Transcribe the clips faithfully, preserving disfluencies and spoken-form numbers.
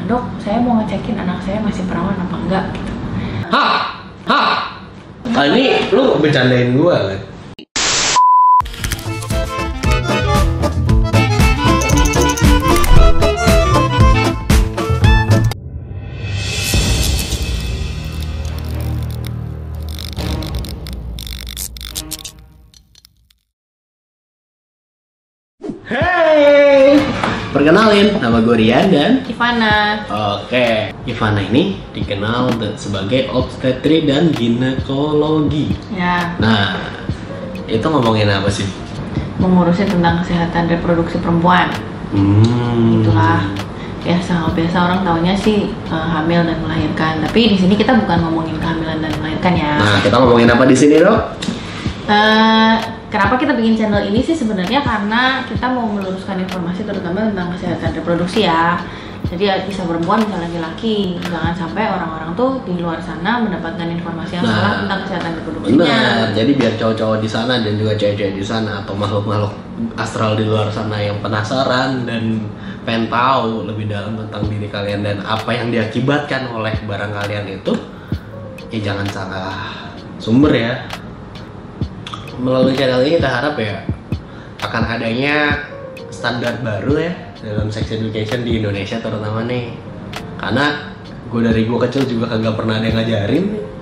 dok, saya mau ngecekin anak saya masih perawan apa enggak gitu. Hah? Hah? Ah, ini lu bercandain gua kan? Hey, perkenalin, nama gue Rian dan Ivana. Oke, Ivana ini dikenal sebagai obstetri dan ginekologi. Ya. Nah, itu ngomongin apa sih? Mengurusin tentang kesehatan reproduksi perempuan. Hmm. Itulah biasa biasa orang taunya sih uh, hamil dan melahirkan. Tapi di sini kita bukan ngomongin kehamilan dan melahirkan ya. Nah, kita ngomongin apa di sini, Dok? Uh, kenapa kita bikin channel ini sih sebenarnya karena kita mau meluruskan informasi terutama tentang kesehatan reproduksi ya. Jadi ya, bisa perempuan bisa laki-laki. Jangan sampai orang-orang tuh di luar sana mendapatkan informasi yang Nah, salah tentang kesehatan reproduksinya. Benar. Jadi biar cowok-cowok di sana dan juga cewek-cewek di sana atau makhluk-makhluk astral di luar sana yang penasaran dan pengen tahu lebih dalam tentang diri kalian dan apa yang diakibatkan oleh barang kalian itu, ya jangan salah sumber ya. Melalui channel ini kita harap ya akan adanya standar baru ya dalam sex education di Indonesia terutama nih, karena gue dari gue kecil juga kagak pernah ada yang ngajarin.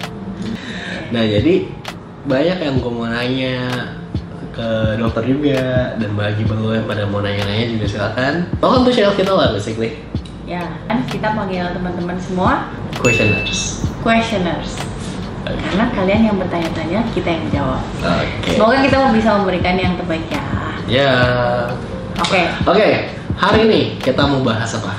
Nah jadi banyak yang gue mau nanya ke dokter juga, dan bagi lo yang pada mau nanya-nanya juga silakan. Welcome to channel kita lah basically. Ya kan kita panggil teman-teman semua Questioners. questioners. Karena kalian yang bertanya-tanya, kita yang jawab. Oke. Okay. Semoga kita bisa memberikan yang terbaik ya. Ya. Oke. Okay. Oke. Okay. Hari ini kita mau bahas apa?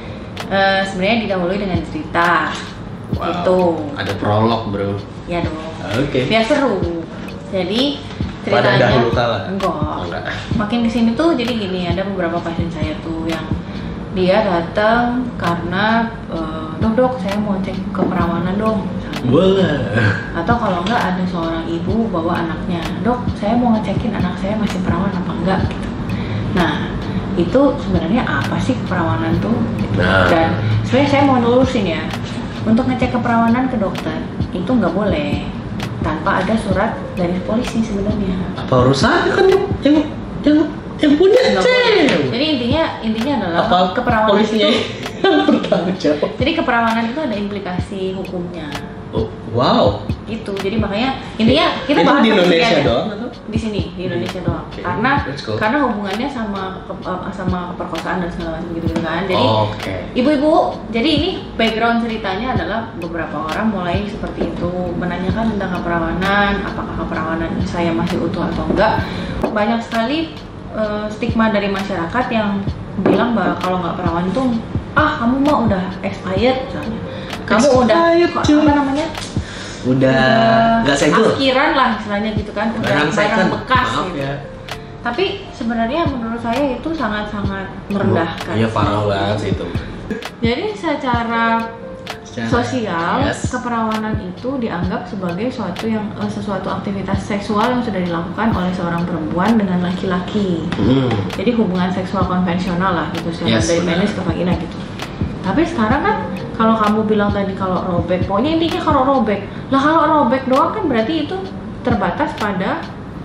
Uh, Sebenarnya didahului dengan cerita. Wow. Itu. Ada prolog bro. Ya dong. Oke. Okay. Biar seru. Jadi pada ceritanya. dahulu kala. Enggak. Oh, enggak. Makin kesini tuh jadi gini, ada beberapa pasien saya tuh yang dia datang karena uh, dok dok saya mau cek keperawanan dong. Boleh. Atau kalau enggak ada seorang ibu bawa anaknya, dok saya mau ngecekin anak saya masih perawan apa enggak gitu. Nah itu sebenarnya apa sih keperawanan tuh? Gitu. Nah. Dan sebenarnya saya mau lurusin ya, untuk ngecek keperawanan ke dokter itu nggak boleh tanpa ada surat dari polisi sebenarnya. Apa urusannya kan yang yang yang, yang punya cewek? Jadi intinya intinya adalah apa keperawanan polisinya itu bertanggung jawab. Jadi keperawanan itu ada implikasi hukumnya. Oh, wow. Gitu. Jadi makanya intinya kita itu bahas di Indonesia kepentingannya. doang atau? Di sini di Indonesia doang. Okay. Karena Cool. karena hubungannya sama ke, sama keperkosaan dan segala macam gitu kan. Jadi Oh, oke. Okay. ibu-ibu, jadi ini background ceritanya adalah beberapa orang mulai seperti itu menanyakan tentang keperawanan, apakah keperawanan saya masih utuh atau enggak. Banyak sekali uh, stigma dari masyarakat yang bilang bahwa kalau nggak perawan tuh ah kamu mah udah expired misalnya. Kamu Expired, udah cuy. apa namanya? Udah nggak segel. Akhiran lah istilahnya gitu kan, udah Barang barang second. bekas Maaf gitu. ya. Tapi sebenarnya menurut saya itu sangat-sangat merendahkan. Iya parah banget sih itu. Jadi secara Secara- sosial, yes. keperawanan itu dianggap sebagai suatu yang eh, sesuatu aktivitas seksual yang sudah dilakukan oleh seorang perempuan dengan laki-laki. Hmm. Jadi hubungan seksual konvensional lah gitu, secara Yes, dari benar. penis ke vagina gitu. Tapi sekarang kan kalau kamu bilang tadi kalau robek, pokoknya intinya kalau robek. Lah kalau robek doang kan berarti itu terbatas pada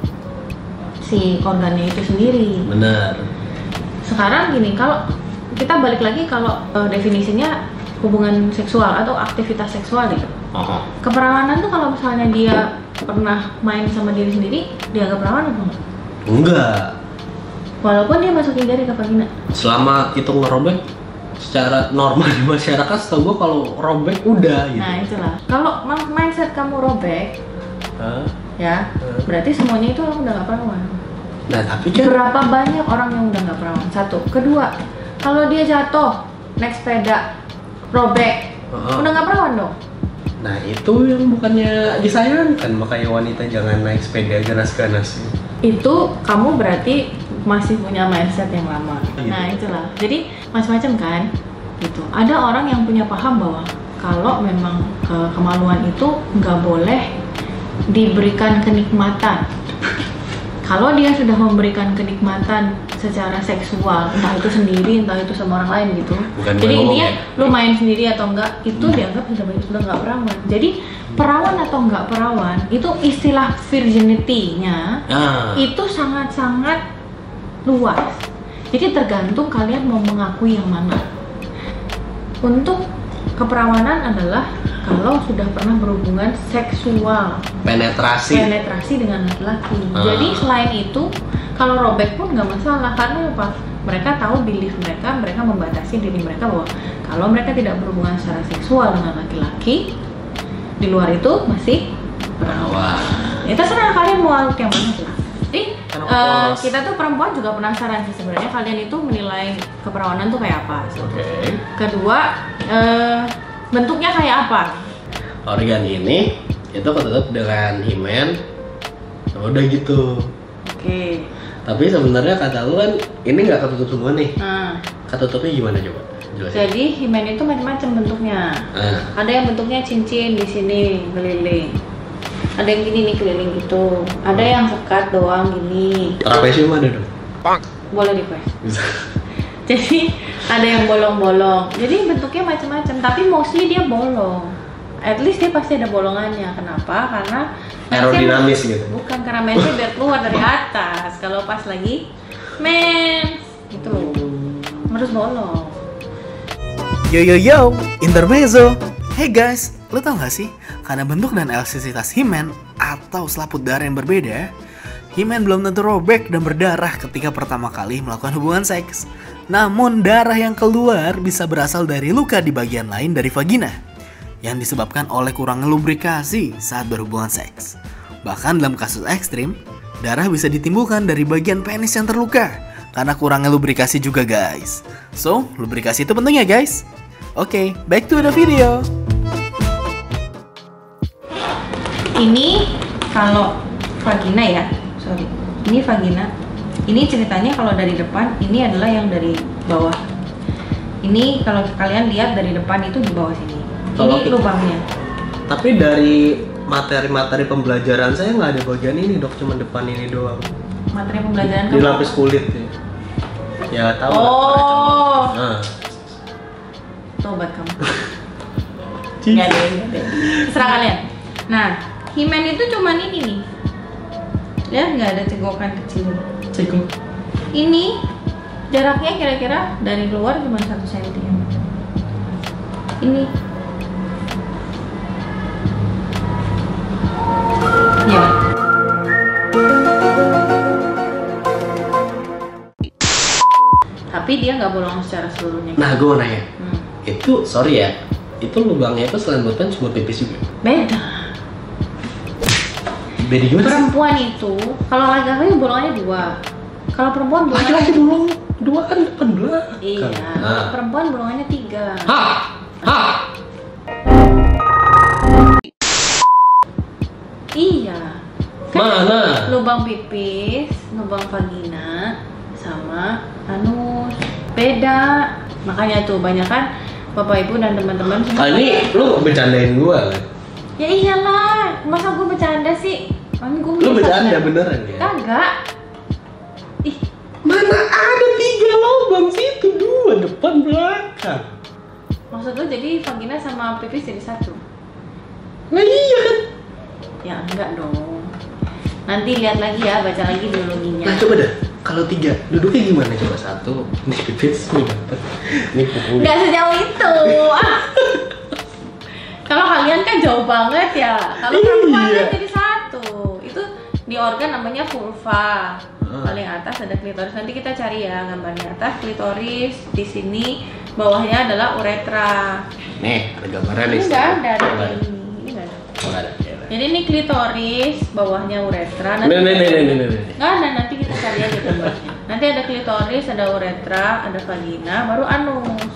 si organnya itu sendiri. Benar. Sekarang gini, kalau kita balik lagi kalau uh, definisinya hubungan seksual atau aktivitas seksual gitu. Oh. Keperawanan tuh kalau misalnya dia pernah main sama diri sendiri, dianggap perawan apa enggak? Enggak. Walaupun dia masukin jari ke vagina. Selama itu ngerobek secara normal di masyarakat, setahu gua kalau robek udah gitu. Nah itulah. Kalau mindset kamu robek, Hah? ya Hmm. berarti semuanya itu orang udah nggak perawan. Nah tapi kan Berapa banyak orang yang udah nggak perawan? Satu. Kedua, kalau dia jatuh naik sepeda robek, Uh-huh. udah nggak perawan dong. Nah itu yang bukannya disayangkan, makanya wanita jangan naik sepeda ganas-ganas. Itu kamu berarti masih punya mindset yang lama. Gitu. Nah itulah. Jadi macam-macam kan. Gitu. Ada orang yang punya paham bahwa kalau memang ke kemaluan itu nggak boleh diberikan kenikmatan. Kalau dia sudah memberikan kenikmatan secara seksual, entah itu sendiri, entah itu sama orang lain gitu. Bukan Jadi ngomong intinya ya? lu main sendiri atau enggak itu Hmm. dianggap sudah sudah nggak perawan. Jadi perawan atau enggak perawan itu istilah virginity-nya Ah. itu sangat-sangat luas. Jadi tergantung kalian mau mengakui yang mana. Untuk keperawanan adalah kalau sudah pernah berhubungan seksual, Penetrasi. penetrasi dengan laki-laki. Ah. Jadi selain itu, kalau robek pun nggak masalah karena apa? Mereka tahu belief mereka, mereka membatasi diri mereka bahwa kalau mereka tidak berhubungan secara seksual dengan laki-laki, di luar itu masih perawan. Wah. Ya terserah kalian mau out yang mana lah. Jadi Karena eh, polos. kita tuh perempuan juga penasaran sih sebenarnya kalian itu menilai keperawanan tuh kayak apa. Oke. Kedua, eh, bentuknya kayak apa? Organ ini itu ketutup dengan himen. Udah gitu. Oke. Tapi sebenarnya kata lu kan ini nggak ketutup semua nih. Nah, Ketutupnya gimana coba? Jelasin. jadi himen itu macam-macam bentuknya. Ah. Ada yang bentuknya cincin di sini keliling. Ada yang gini nih keliling gitu. Ada yang sekat doang gini. Trapesium ada dong. Boleh di press. Bisa. Jadi ada yang bolong-bolong. Jadi bentuknya macam-macam, tapi mostly dia bolong. At least dia pasti ada bolongannya. Kenapa? Karena Aerodinamis gitu. bukan karena mensnya biar keluar dari atas. Kalau pas lagi mens gitu loh. Harus bolong. Yo yo yo, intermezzo. Hey guys, lo tau gak sih? Karena bentuk dan elastisitas himen atau selaput darah yang berbeda, himen belum tentu robek dan berdarah ketika pertama kali melakukan hubungan seks. Namun darah yang keluar bisa berasal dari luka di bagian lain dari vagina yang disebabkan oleh kurangnya lubrikasi saat berhubungan seks. Bahkan dalam kasus ekstrim, darah bisa ditimbulkan dari bagian penis yang terluka karena kurangnya lubrikasi juga guys. So, lubrikasi itu penting ya guys. Oke, back to the video. Ini kalau vagina ya, sorry. Ini vagina. Ini ceritanya kalau dari depan, ini adalah yang dari bawah. Ini kalau kalian lihat dari depan itu di bawah sini. Kalau Ini kita- lubangnya. Tapi dari materi-materi pembelajaran saya nggak ada bagian ini dok, cuma depan ini doang. Materi pembelajaran Di kamu lapis apa? kulit ya. Ya tahu. lah, Oh. pakai contoh. Nah. Tobat kamu. Nggak ada, nggak ada. Terserah kalian. Nah, himen itu cuman ini nih. Lihat nggak ada cegokan kecil. Cekuk. Ini jaraknya kira-kira dari luar cuma satu senti. Ini. Ya. Tapi dia nggak bolong secara seluruhnya. Nah, gue mau nanya. Hmm. Itu sorry ya. Itu lubangnya itu selain buat pens buat pipis juga. Beda. Beda gimana sih? Perempuan itu kalau laki-laki bolongannya dua. Kalau perempuan bolongannya Laki-laki dulu dua kan depan belakang. iya. Nah. Perempuan bolongannya tiga. Hah? Hah? Iya. Mana? Lubang pipis, lubang vagina, sama anus. Beda. Makanya tuh banyak kan Bapak Ibu dan teman-teman semua. Ah, ini lu bercandain gua kan? Ya iyalah, masa gue bercanda sih? Mami gue Lu bercanda beneran ya? Kagak. Ih, Mana ada tiga lubang situ, dua depan belakang. maksud lu jadi vagina sama pipis jadi satu? Nah iya kan? Ya enggak dong. Nanti lihat lagi ya, baca lagi biologinya. Nah coba dah, kalau tiga duduknya gimana coba? Satu, ini pipis, ini dapat, ini pukul. Nggak sejauh itu. Ah. Kalau kalian kan jauh banget ya. Kalau perempuan Iya. kan jadi satu. Itu di organ namanya vulva. Ah. Paling atas ada klitoris. Nanti kita cari ya gambarnya. Atas klitoris, di sini bawahnya adalah uretra. Nih, ada gambarnya nih. Ini nggak ada, ada Nggak ada. ini. Ini nggak ada. Oh, nggak ada. Ya, udah. Jadi ini klitoris, bawahnya uretra. Nih, nih, nih, nih, nih, nih. Nggak ada, nanti kita cari aja gambarnya. Nanti ada klitoris, ada uretra, ada vagina, baru anus.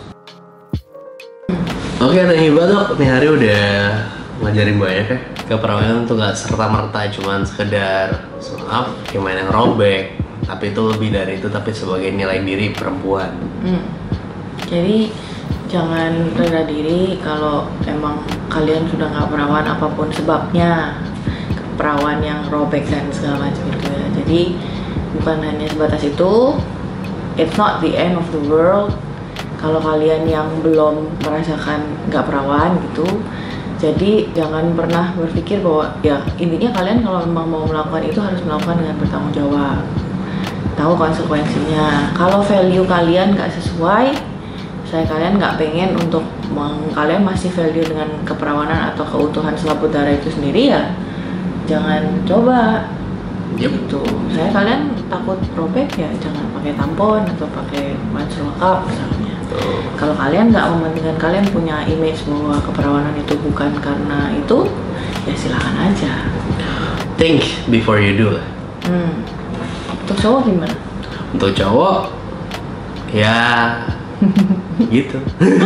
Oke, thank you banget dok. Nih hari udah ngajarin banyak ya. Keperawanan tuh gak serta-merta cuman sekedar maaf, gimana yang robek. Tapi itu lebih dari itu, tapi sebagai nilai diri perempuan. Hmm. Jadi jangan rendah diri kalau emang kalian sudah nggak perawan apapun sebabnya. perawan yang robek dan segala macam itu ya. Jadi bukan hanya sebatas itu, it's not the end of the world. Kalau kalian yang belum merasakan nggak perawan gitu, jadi jangan pernah berpikir bahwa ya intinya kalian kalau memang mau melakukan itu harus melakukan dengan bertanggung jawab, tahu konsekuensinya. Kalau value kalian nggak sesuai, saya kalian nggak pengen untuk meng, kalian masih value dengan keperawanan atau keutuhan selaput darah itu sendiri ya jangan coba. Yep. Gitu. Saya kalian takut robek ya jangan pakai tampon atau pakai menstrual cup misalnya. Kalau kalian nggak mementingkan kalian punya image bahwa keperawanan itu bukan karena itu, ya silakan aja. Think before you do lah. Hmm. Untuk cowok gimana? Untuk cowok, ya gitu.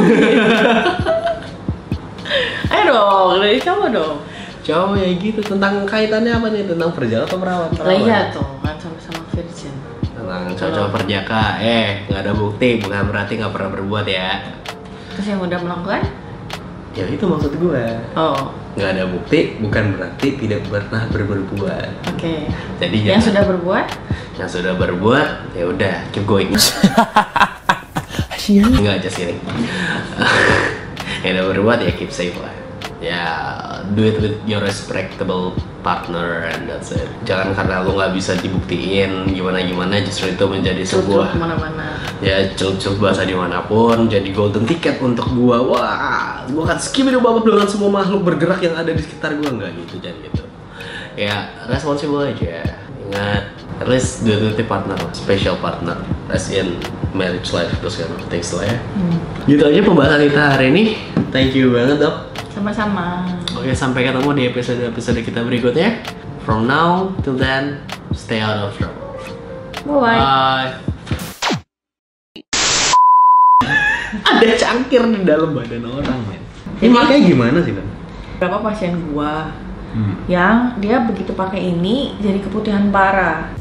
Ayo dong, dari cowok dong. Cowok ya gitu, tentang kaitannya apa nih? Tentang perjaka atau perawat? Lah iya tuh, kan sama-sama virgin. Tentang cowok perjaka, eh nggak ada bukti, bukan berarti nggak pernah berbuat ya. Terus yang udah melakukan? Ya itu maksud gue. Oh. Nggak ada bukti, bukan berarti tidak pernah berbuat. Oke. Okay. Jadi yang jangan, sudah berbuat? Yang sudah berbuat, ya udah keep going. Enggak aja sih. Yang udah berbuat ya keep safe lah. Ya do it with your respectable partner and that's it. Jangan karena lo nggak bisa dibuktiin gimana-gimana justru itu menjadi sebuah kemana-mana. Ya celup-celup bahasa dimanapun jadi golden ticket untuk gua. Wah, gua akan skip itu babak dengan semua makhluk bergerak yang ada di sekitar gua. Nggak gitu, jangan gitu. Ya responsible aja. Ingat, at least do it with the partner, special partner, as in marriage life, those kind of things lah ya. Hmm. Gitu aja pembahasan kita hari ini. Thank you banget dok. Sama-sama. Oke, sampai ketemu di episode-episode kita berikutnya. From now till then, stay out of trouble. Bye. Bye. Ada cangkir di dalam badan orang, men. Ini makanya gimana sih, Bang? Berapa pasien gua hmm. yang dia begitu pakai ini jadi keputihan parah.